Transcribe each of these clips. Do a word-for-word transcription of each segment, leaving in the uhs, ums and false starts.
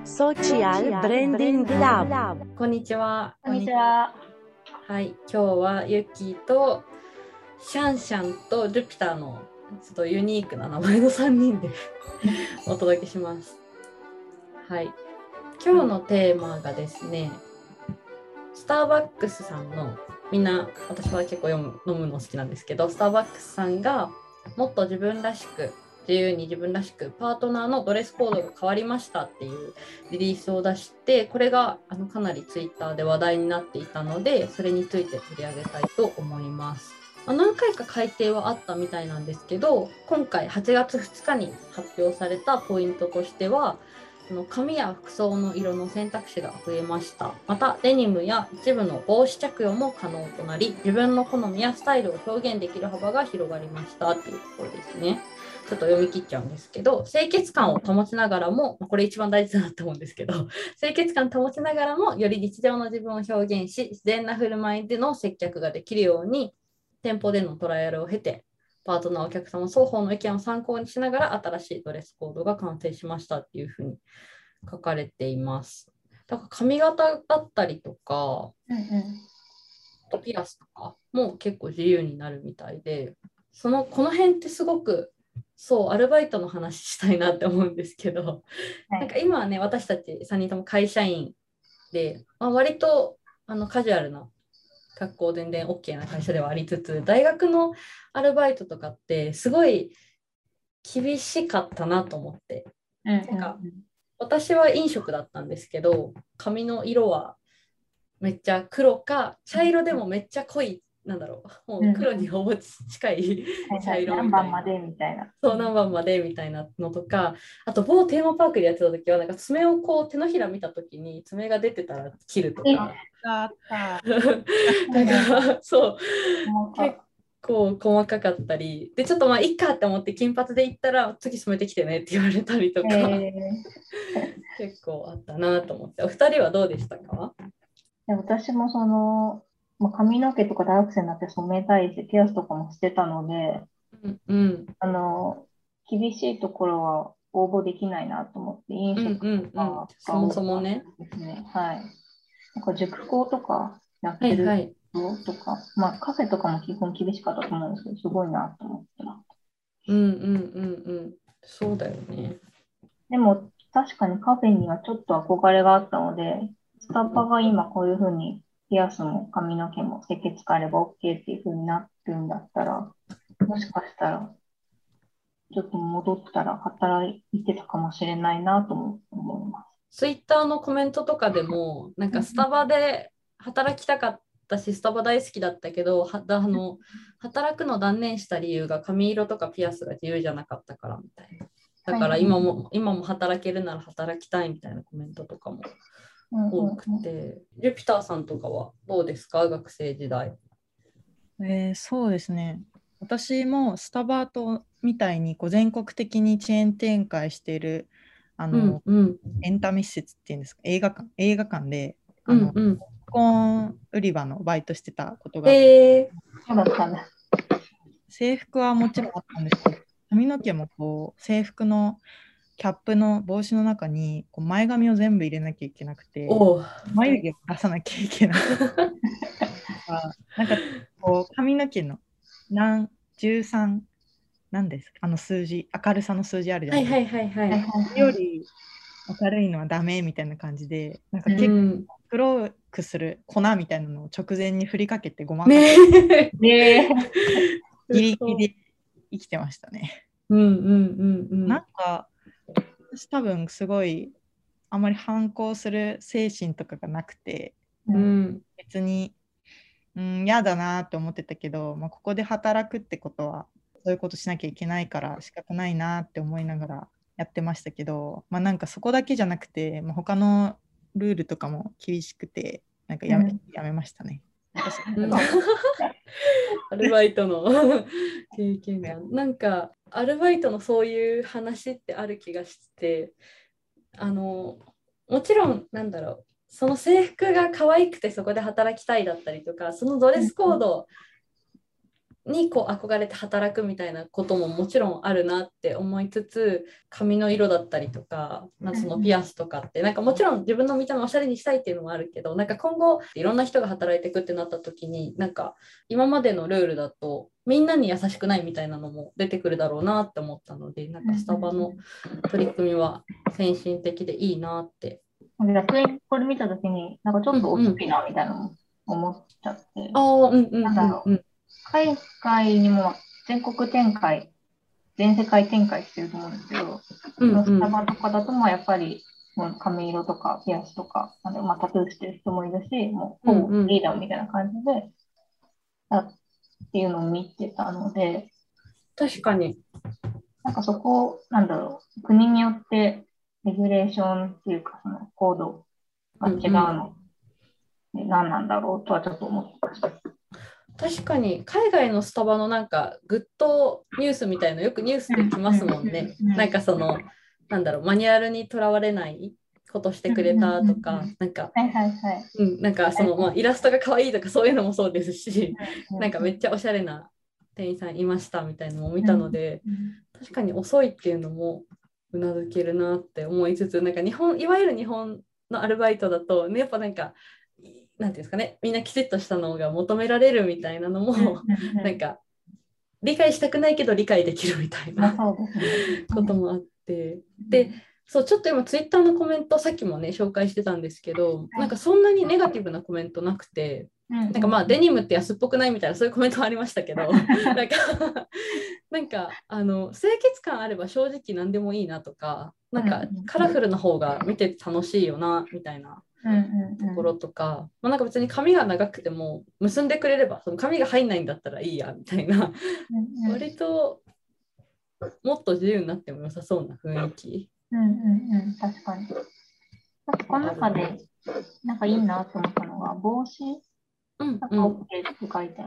Social Branding Lab。 こんにちは。 こんにちは。 はい、今日はユッキーとシャンシャンとジュピターのちょっとユニークな名前のさんにんでお届けします。はい、今日のテーマがですね、スターバックスさんの、みんな私は結構読む飲むの好きなんですけど、スターバックスさんがもっと自分らしく自由に自分らしくパートナーのドレスコードが変わりましたっていうリリースを出して、これがあのかなりツイッターで話題になっていたので、それについて取り上げたいと思います。何回か改訂はあったみたいなんですけど、今回はちがつふつかに発表されたポイントとしては、髪や服装の色の選択肢が増えました。またデニムや一部の帽子着用も可能となり、自分の好みやスタイルを表現できる幅が広がりましたっていうところですね。ちょっと読み切っちゃうんですけど、清潔感を保ちながらも、これ一番大事だなと思うんですけど、清潔感を保ちながらもより日常の自分を表現し、自然な振る舞いでの接客ができるように、店舗でのトライアルを経て、パートナーお客様双方の意見を参考にしながら新しいドレスコードが完成しましたっていうふうに書かれています。だから髪型だったりとか、 うんうん、 ピアスとかも結構自由になるみたいで、そのこの辺ってすごくそうアルバイトの話したいなって思うんですけど、はい、なんか今はね、私たちさんにんとも会社員で、まあ、割とあのカジュアルな格好全然 OK な会社ではありつつ、大学のアルバイトとかってすごい厳しかったなと思って、 うんうんうん、 なんか私は飲食だったんですけど、髪の色はめっちゃ黒か茶色でもめっちゃ濃い、なんだろう、もう黒にほぼ近い茶色みたいな、 何番までみたいな、 そう何番までみたいなのとか、あと某テーマパークでやってた時はなんか爪をこう手のひら見た時に爪が出てたら切るとか、 あっただからそう結構細かかったりで、ちょっとまあいいかって思って金髪で行ったら次染めてきてねって言われたりとか、えー、結構あったなと思って。お二人はどうでしたか？ 私もその髪の毛とか大学生になって染めたいしピアスとかもしてたので、 うんうん、 あの厳しいところは応募できないなと思って、飲食とか、 うんうんうん、そもそもね、 はい、なんか塾講とかやってるとか、はいはい、まあ、カフェとかも基本厳しかったと思うんですけど、すごいなと思ってます。 うんうんうんうん、そうだよね。 でも確かにカフェにはちょっと憧れがあったので、スタバが今こういうふうにピアスも髪の毛も清潔感あれば OK っていうふうになってるんだったら、もしかしたらちょっと戻ったら働いてたかもしれないなとも思います。 ツイッターのコメントとかでも、なんかスタバで働きたかったし、スタバ大好きだったけど、はあの働くの断念した理由が髪色とかピアスが自由じゃなかったからみたいな。だから今も、はい、今も働けるなら働きたいみたいなコメントとかも多くて、うんうんうん、ジュピターさんとかはどうですか、学生時代？ えー、そうですね。私もスタバとみたいにこう全国的にチェーン展開しているあの、うんうん、エンタメ施設っていうんですか、映画館、映画館であの、うんうん、ポップコーン売り場のバイトしてたことがあって、制服はもちろんあったんですけど、髪の毛もこう制服のキャップの帽子の中にこう前髪を全部入れなきゃいけなくて、眉毛を出さなきゃいけなくてなんかこう髪の毛の何じゅうさんなんですか、あの数字、明るさの数字あるじゃないですか。 はいはいはいはい。 それより明るいのはダメみたいな感じで、なんか結構黒くする粉みたいなのを直前に振りかけてごまかして、ね、ギリギリで生きてましたね。 うんうんうんうん。 なんか私多分すごいあまり反抗する精神とかがなくて、 うん、 別にうん、嫌だなって思ってたけど、まあ、ここで働くってことはそういうことしなきゃいけないから仕方ないなって思いながらやってましたけど、まあ、なんかそこだけじゃなくて、まあ、他のルールとかも厳しくてなんかやめ、うん、やめましたね。 アルバイトの経験がなんかアルバイトのそういう話ってある気がして、あのもちろんなんだろう、その制服が可愛くてそこで働きたいだったりとか、そのドレスコードにこう憧れて働くみたいなことももちろんあるなって思いつつ、髪の色だったりとか、なんかそのピアスとかってなんかもちろん自分の見た目をおしゃれにしたいっていうのもあるけど、なんか今後いろんな人が働いていくってなった時に、なんか今までのルールだとみんなに優しくないみたいなのも出てくるだろうなって思ったので、なんかスタバの取り組みは先進的でいいなって。 逆にこれ見た時になんかちょっとお好きなみたいなの思っちゃって、うんうん、 ああ、うんうんうんうん。 海外にも全国展開、全世界展開してると思うんですけど、うんうん、スタバとかだともやっぱりもう髪色とかピアスとか、あのまあ、タトゥーしてる人もいるし、もうほぼリーダーみたいな感じで、だっていうのを見てたので、 確かに。 なんかそこ、なんだろう、国によってレギュレーションっていうか、そのコードが違うの、うんうん、何なんだろうとはちょっと思ってました。 確かに海外のスタバのなんかグッドニュースみたいなよくニュースで来ますもんね。なんかそのなんだろうマニュアルにとらわれないことしてくれたとか、なんかなんかそのまあイラストが可愛いとかそういうのもそうですし、なんかめっちゃおしゃれな店員さんいましたみたいなのも見たので、確かに遅いっていうのもうなずけるなって思いつつ、なんか日本いわゆる日本のアルバイトだと、ね、やっぱなんかなんていうんですかね、みんなきちっとしたのが求められるみたいなのもなんか理解したくないけど理解できるみたいなこともあって、でそうちょっと今ツイッターのコメントさっきもね紹介してたんですけど、なんかそんなにネガティブなコメントなくて、なんかまあデニムって安っぽくないみたいなそういうコメントはありましたけどなんかなんかあの清潔感あれば正直何でもいいなとか、なんかカラフルな方が見てて楽しいよなみたいなところとか、まあ、なんか別に髪が長くても結んでくれればその髪が入んないんだったらいいやみたいな割ともっと自由になっても良さそうな雰囲気。 うんうんうん、確かに。この中でなんかいいなと思ったのが帽子なんか OK って書いてあって、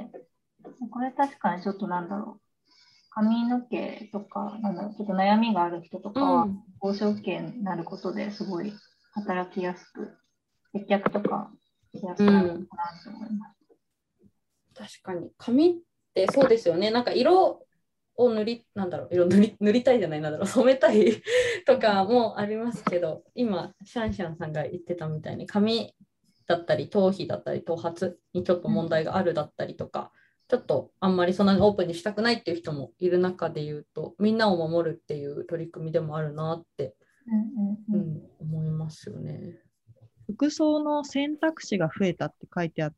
うん、これ確かにちょっとなんだろう髪の毛とかなんだろうちょっと悩みがある人とかは帽子 OK になることですごい働きやすく接客とかしやすくなるかなと思います、 うん、確かに髪ってそうですよね。なんか色を塗りなんだろう色塗り塗りたいじゃないなんだろう染めたいとかもありますけど、今シャンシャンさんが言ってたみたいに髪だったり頭皮だったり頭髪にちょっと問題があるだったりとか、ちょっとあんまりそんなにオープンにしたくないっていう人もいる中で言うと、みんなを守るっていう取り組みでもあるなって、うんうんうん、思いますよね。 服装の選択肢が増えたって書いてあって、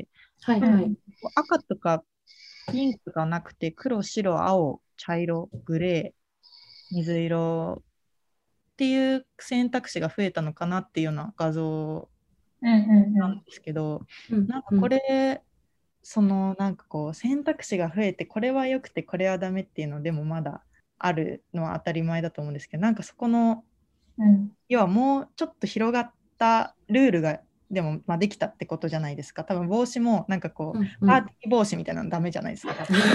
はいはい、 赤とかピンクがなくて黒、白、青、茶色、グレー、水色っていう選択肢が増えたのかなっていうような画像なんですけど、 うんうん、 なんかこれ、そのなんかこう選択肢が増えてこれは良くてこれはダメっていうのでもまだあるのは当たり前だと思うんですけど、なんかそこの、うん、要はもうちょっと広がったルールがでも、まあ、できたってことじゃないですか。多分帽子もなんかこう、うんうん、パーティー帽子みたいなのダメじゃないですか。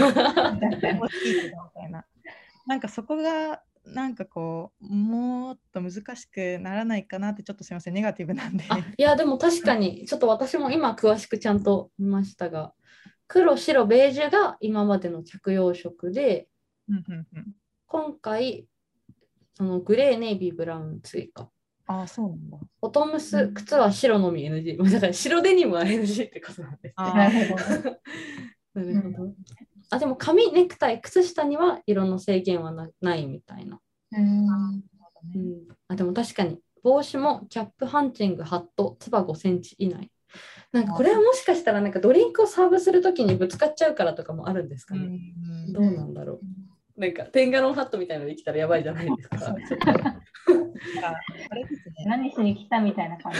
なんかそこがなんかこうもっと難しくならないかなって、ちょっとすみませんネガティブなんで。 いやでも確かにちょっと私も今詳しくちゃんと見ましたが、黒白ベージュが今までの着用色で、 うんうんうん、 今回そのグレーネイビーブラウン追加。 ああそうなんだ。 ボトムス靴は白のみ エヌジー、だから白デニムは エヌジー ってことなんですね。 なるほど。 なるほど。あでも髪ネクタイ靴下には色の制限は な, ないみたいな。 うん、 うん、あでも確かに帽子もキャップハンチングハットつばごセンチ以内。なんかこれはもしかしたらなんかドリンクをサーブするときにぶつかっちゃうからとかもあるんですかね。うん、どうなんだろう。なんかテンガロンハットみたいなのできたらやばいじゃないですか。ちょっとあれですね、何しに来たみたいな感じ。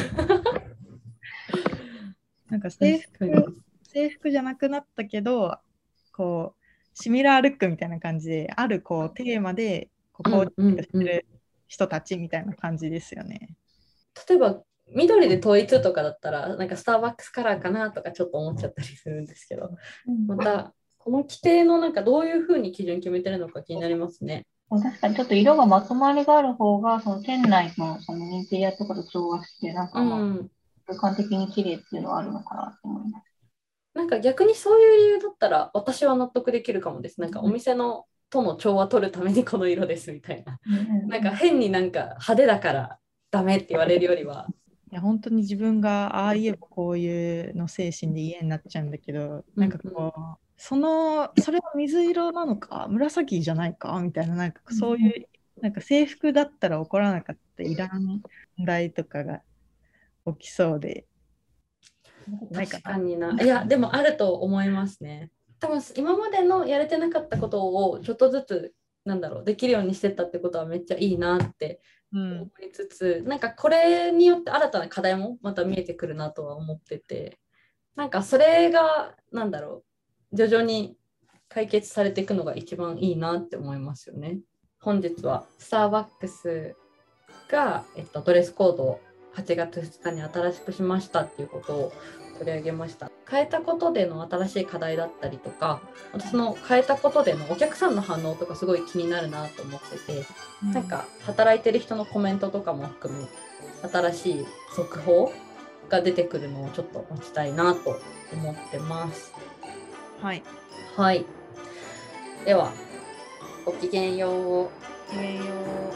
なんか制服、制服じゃなくなったけど、こうシミラールックみたいな感じで、あるこうテーマでこうコーディネートしてる人たちみたいな感じですよね。 例えば緑で統一とかだったらなんかスターバックスカラーかなとかちょっと思っちゃったりするんですけど、またこの規定のなんかどういうふうに基準決めてるのか気になりますね。 確かにちょっと色がまとまりがある方がその店内のそのインテリアとかと調和してなんかまあ、うん、空間的に綺麗っていうのはあるのかなと思います。 なんか逆にそういう理由だったら私は納得できるかもです。なんかお店のとの調和取るためにこの色ですみたいな、なんか変になんか派手だからダメって言われるよりは、 いや本当に自分がああ言えばこういうの精神で家になっちゃうんだけど、なんかこう、うんうん、そのそれは水色なのか紫じゃないかみたいな、なんかそういうなんか制服だったら起こらなかったいらん問題とかが起きそうで。 確かにな。いやでもあると思いますね。多分今までのやれてなかったことをちょっとずつなんだろうできるようにしてったってことはめっちゃいいなって思いつつ、うん、なんかこれによって新たな課題もまた見えてくるなとは思ってて、なんかそれがなんだろう徐々に解決されていくのが一番いいなって思いますよね。本日はスターバックスが、えっと、ドレスコードをはちがつふつかに新しくしましたっていうことを取り上げました。変えたことでの新しい課題だったりとか、私の変えたことでのお客さんの反応とかすごい気になるなと思ってて、うん、なんか働いてる人のコメントとかも含む新しい速報が出てくるのをちょっと待ちたいなと思ってます。 はい。 はい。では、ごきげんよう。 ごきげんよう。